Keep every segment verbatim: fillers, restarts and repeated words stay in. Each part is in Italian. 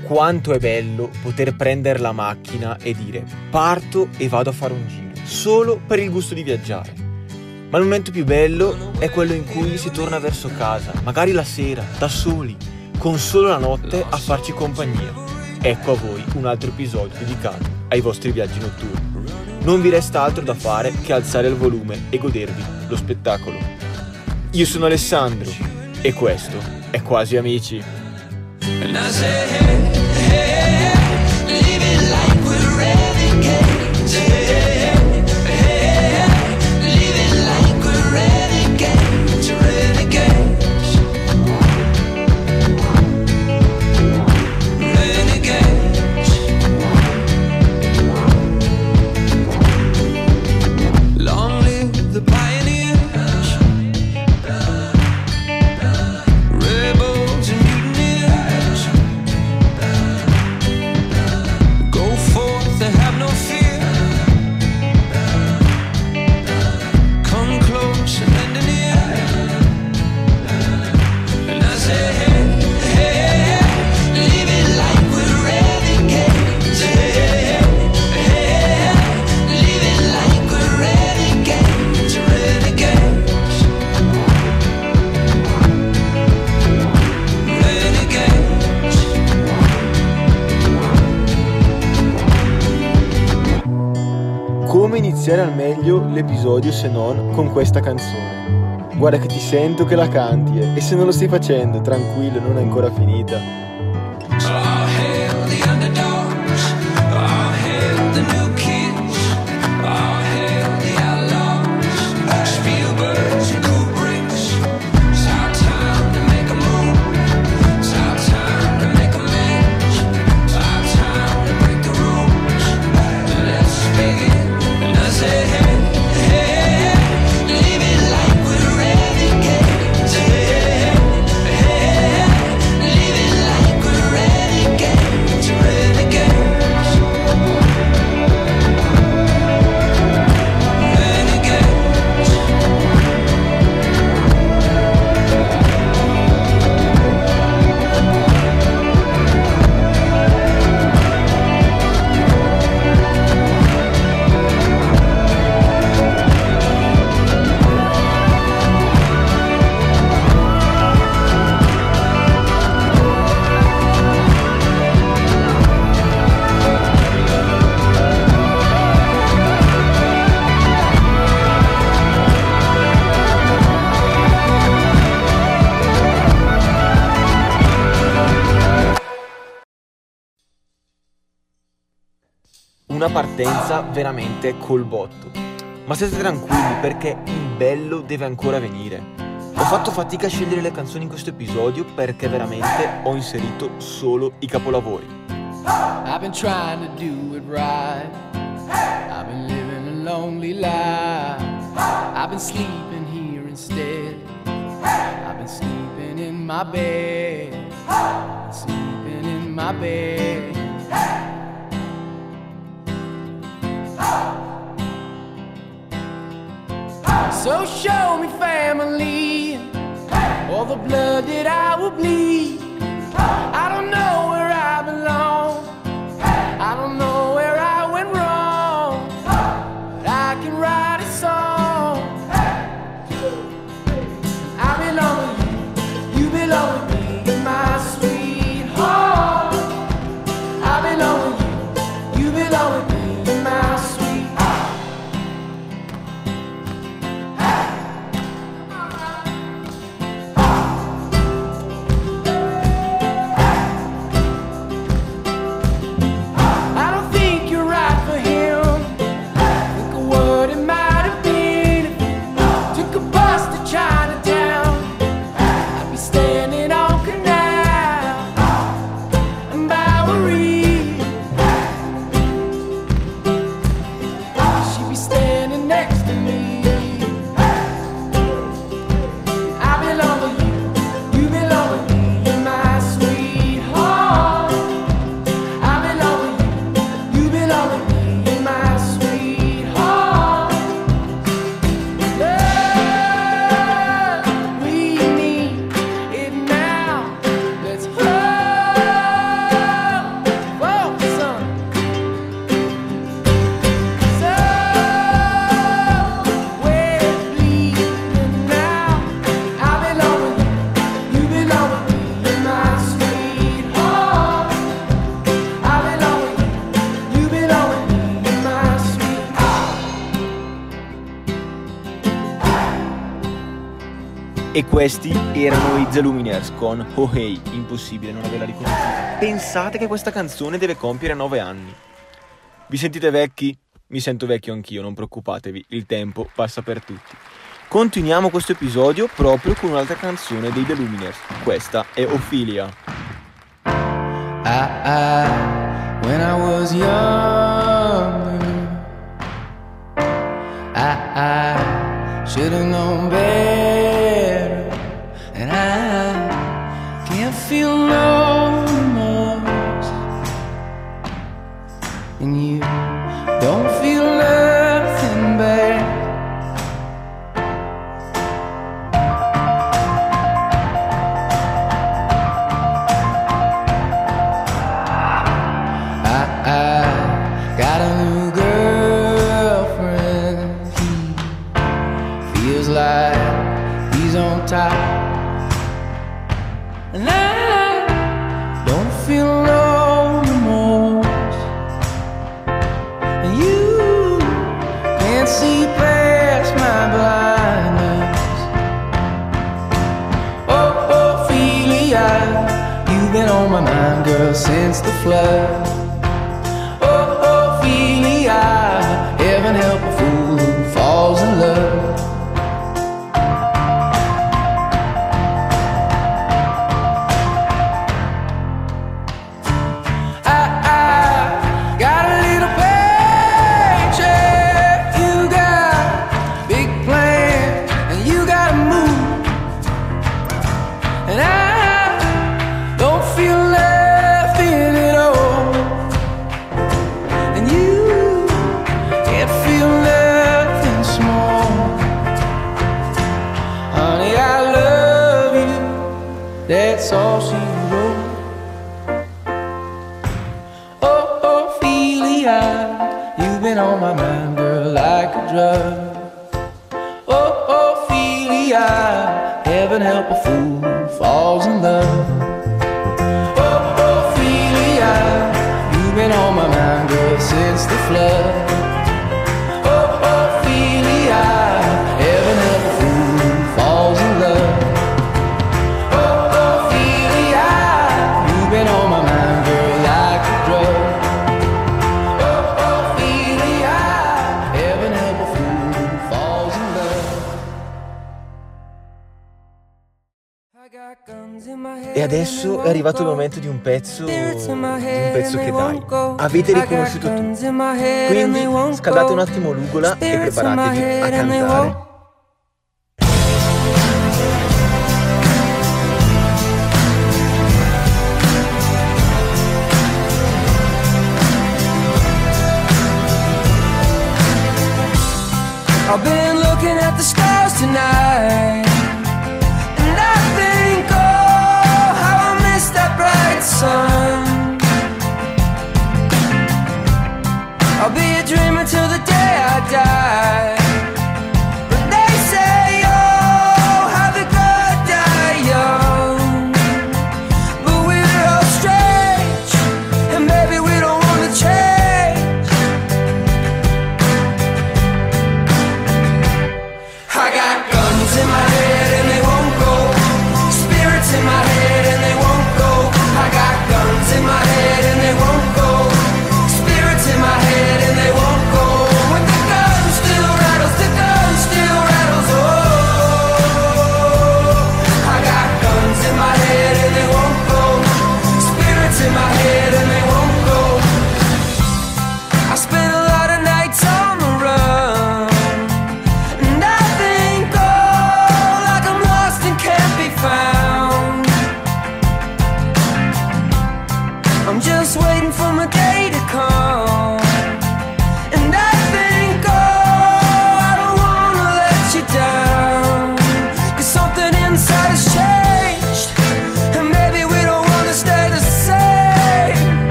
Quanto è bello poter prendere la macchina e dire parto e vado a fare un giro, solo per il gusto di viaggiare. Ma il momento più bello è quello in cui si torna verso casa, magari la sera, da soli, con solo la notte a farci compagnia. Ecco a voi un altro episodio dedicato ai vostri viaggi notturni. Non vi resta altro da fare che alzare il volume e godervi lo spettacolo. Io sono Alessandro e questo è Quasi Amici. And I say, hey, hey, hey, leave it like we're renegades. Hey, hey, hey, leave it like we're renegades, renegades, renegades. Long live the pioneers, rebels and mutineers. Go forth and have no fear. Come close and lend an ear. And I say, hey, hey, hey, leave it like we're renegades. Hey, hey, hey, leave it like we're renegades, renegades, renegades. Come iniziare al meglio l'episodio se non con questa canzone? Guarda che ti sento che la canti eh, e se non lo stai facendo, tranquillo, non è ancora finita. All hail the underdogs, all hail the new kids, all hail the outlaws, Spielbergs and Kubricks. It's our time to make a move, it's our time to make amends, it's our time to break the rules. Let's begin. And I say, hey, hey, hey, leave it like we're renegades. Hey, hey, hey, leave it like we're renegades, renegades, Una partenza veramente col botto. Ma state tranquilli perché il bello deve ancora venire. Ho fatto fatica a scegliere le canzoni in questo episodio perché veramente ho inserito solo i capolavori. I've been trying to do it right. I've been living a lonely life. I've been sleeping here instead. I've been sleeping in my bed. I've been sleeping in my bed. So show me family, all the blood that I will bleed. I don't know where I belong, I don't know where I went wrong, but I can write a song. I belong with you, you belong with me, my sweetheart. I belong with you, you belong with me, my sweetheart. E questi erano i The Lumineers con Oh Hey, impossibile non averla riconosciuta. Pensate che questa canzone deve compiere nove anni. Vi sentite vecchi? Mi sento vecchio anch'io, non preoccupatevi, il tempo passa per tutti. Continuiamo questo episodio proprio con un'altra canzone dei The Lumineers. Questa è Ophelia. I, I, when I was younger, I, I should have known better, and I can't feel no remorse, and you don't feel nothing back. I got a new girlfriend. He feels like he's on top, and I don't feel no remorse. And you can't see past my blindness. Oh, Ophelia, you've been on my mind, girl, since the flood. Heaven help a fool who falls in love. I, I got a little paycheck. You got big plans and you gotta move, and I don't feel left in it all. And you feel nothing small. Honey, I love you, that's all she wrote. Oh, Ophelia, you've been on my mind, girl, like a drug. Oh, Ophelia, heaven help a fool who falls in love. Oh, Ophelia, you've been on my mind, girl, since the flood. Heaven help a fool who falls in love. Oh, Ophelia, you've been on my mind, girl, like a drug. Oh, Ophelia, heaven help a fool who falls in love. E adesso è arrivato il momento di un pezzo, di un pezzo che dai, avete riconosciuto tutti. Quindi scaldate un attimo l'ugola e preparatevi a cantare. I've been looking at the stars tonight, and I think, oh, how I miss that bright sun. I'll be a dreamer till the day I die. But they say, oh, how the good die young. But we're all strange, and maybe we don't want to change. I got guns in my head.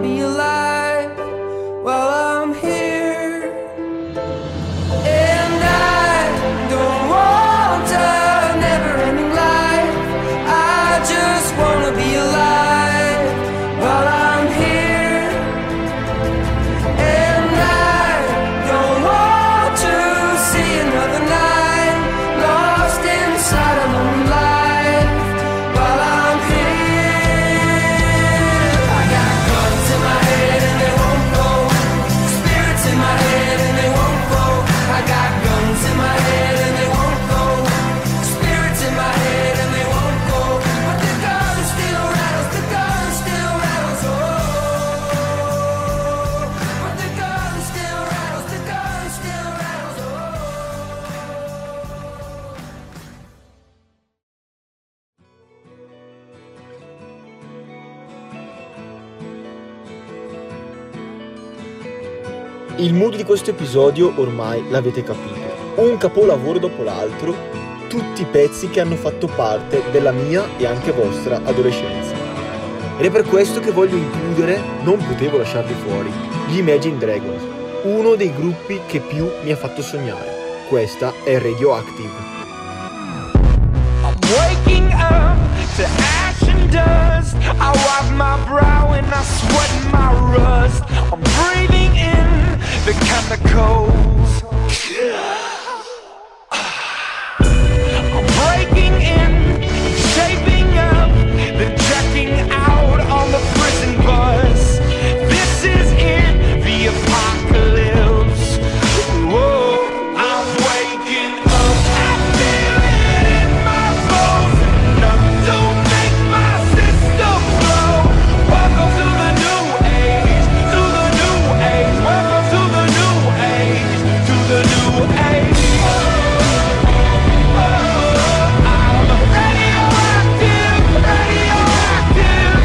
be alive while I'm here. And I don't want a never-ending life. I just wanna be alive while I'm here. And I don't want to see another night lost inside a lonely life while I'm here. I got guns in my head and they won't go. Spirits in my head and they won't go. I got guns in my head and they won't go. Spirits in my head and they won't go. But the gun still rattles, the gun still rattles, oh. But the gun still rattles, the gun still rattles, oh. Il mood di questo episodio ormai l'avete capito. Un capolavoro dopo l'altro, tutti pezzi che hanno fatto parte della mia e anche vostra adolescenza. Ed è per questo che voglio includere, non potevo lasciarli fuori, gli Imagine Dragons, uno dei gruppi che più mi ha fatto sognare. Questa è Radioactive. I'm waking up to ash and dust. I wipe my brow and I sweat my rust. I'm breathing in the chemicals. I'm breaking in, shaping up, then checking out on the prison bus. This is it, the apocalypse. Whoa, I'm waking up. I feel it in my bones. Enough to make my system blow. Welcome to the new age, to the new age. Welcome to the new age, to the new age. I'm radioactive, radioactive.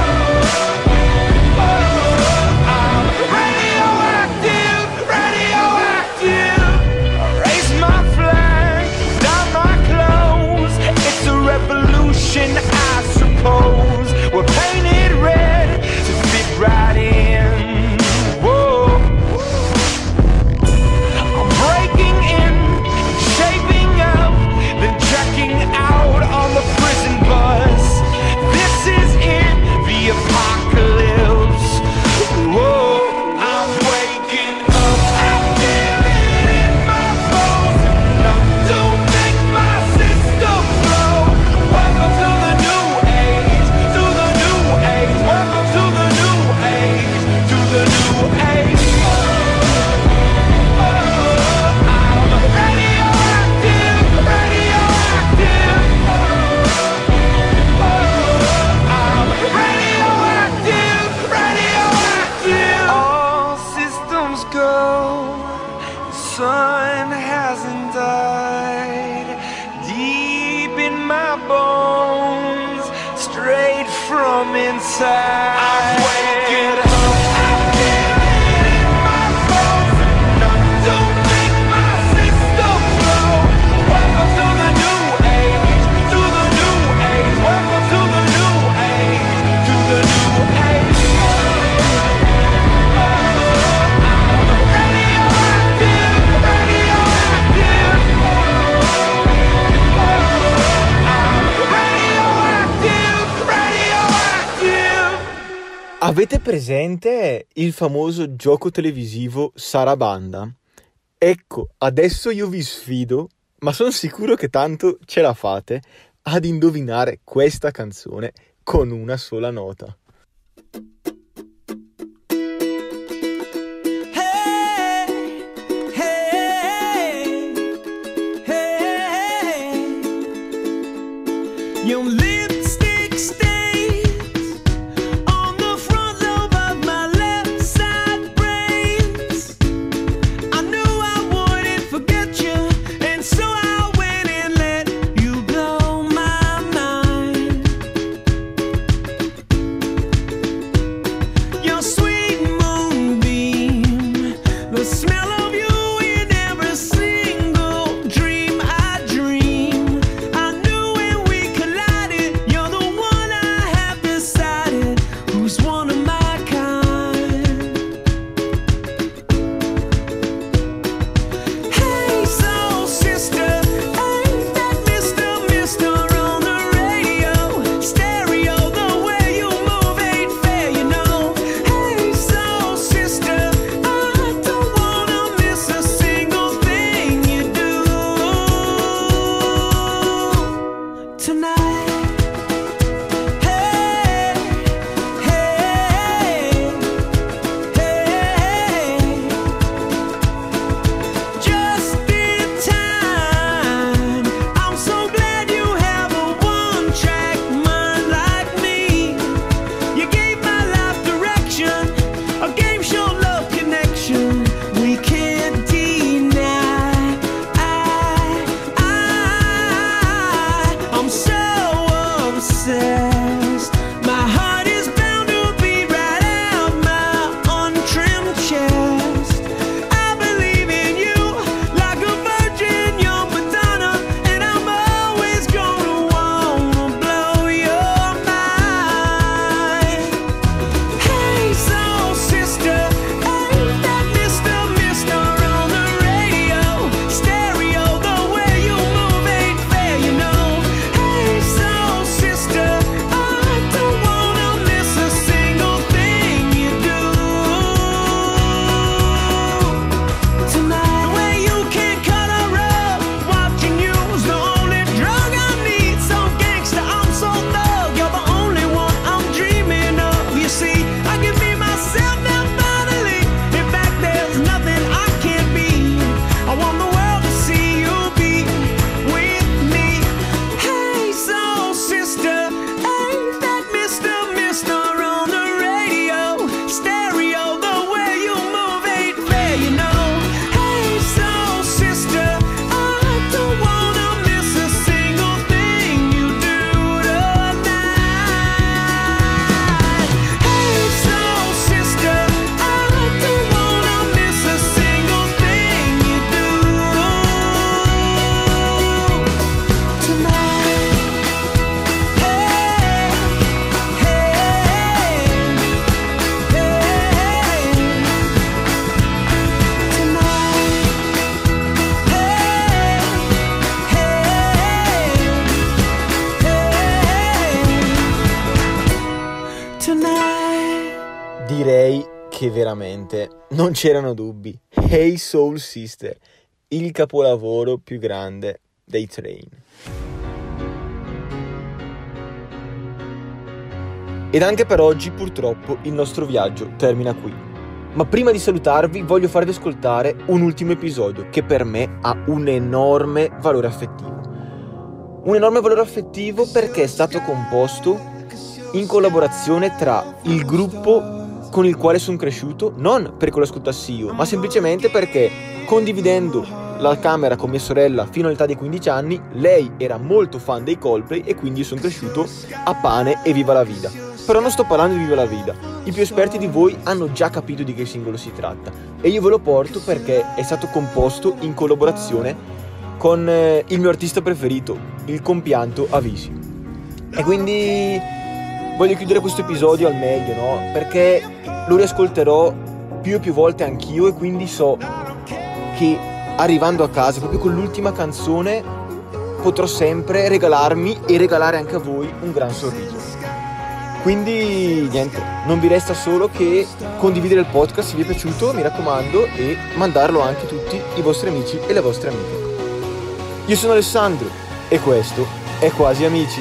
I'm radioactive, radioactive. Raise my flag, down my clothes. It's a revolution, I suppose. We're painted red to fit right in. Whoa. I'm breaking in, shaping up, then checking out on the prison bus. This is it, the apocalypse. Whoa, I'm waking up. I feel it in my bones. Enough to make my system blow. Welcome to the new age, to the new age. Welcome to the new age, to the new age. I'm radioactive, radioactive. I'm radioactive, radioactive. All systems go. Sun hasn't died. Deep in my bones, straight from inside. I'm waking up. I feel it in my bones. Enough to make my system blow. Welcome to the new age, to the new age. Welcome to the new age, to the new age. I'm radioactive, radioactive. I'm radioactive, radioactive. Avete presente il famoso gioco televisivo Sarabanda? Ecco, adesso io vi sfido, ma sono sicuro che tanto ce la fate, ad indovinare questa canzone con una sola nota. Hey, hey, hey. Your lipstick stains on the front lobe of my left side brains. I knew I wouldn't forget you, and so I went and let you blow my mind. direi che veramente non c'erano dubbi. Hey Soul Sister, il capolavoro più grande dei Train. Ed anche per oggi purtroppo il nostro viaggio termina qui. Ma prima di salutarvi voglio farvi ascoltare un ultimo episodio che per me ha un enorme valore affettivo. Un enorme valore affettivo perché è stato composto in collaborazione tra il gruppo con il quale sono cresciuto, non perché lo ascoltassi io, ma semplicemente perché condividendo la camera con mia sorella fino all'età dei quindici anni, lei era molto fan dei Coldplay e quindi sono cresciuto a pane e viva la vida. Però non sto parlando di viva la vida, i più esperti di voi hanno già capito di che singolo si tratta e io ve lo porto perché è stato composto in collaborazione con eh, il mio artista preferito, il compianto Avicii. E quindi voglio chiudere questo episodio al meglio, no? Perché lo riascolterò più e più volte anch'io e quindi so che arrivando a casa, proprio con l'ultima canzone, potrò sempre regalarmi e regalare anche a voi un gran sorriso. Quindi niente, non vi resta solo che condividere il podcast se vi è piaciuto, mi raccomando, e mandarlo anche a tutti i vostri amici e le vostre amiche. Io sono Alessandro e questo è Quasi Amici.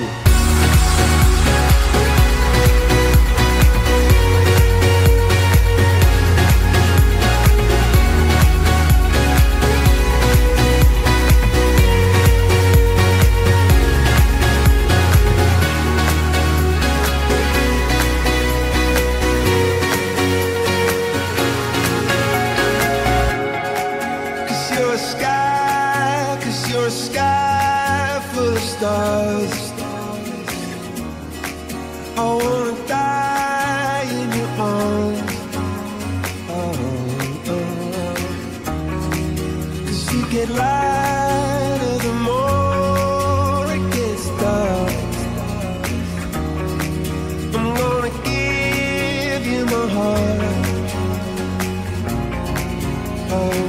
Stars. I wanna die in your arms. Oh, oh. 'Cause you get lighter the more it gets dark. I'm gonna give you my heart. Oh.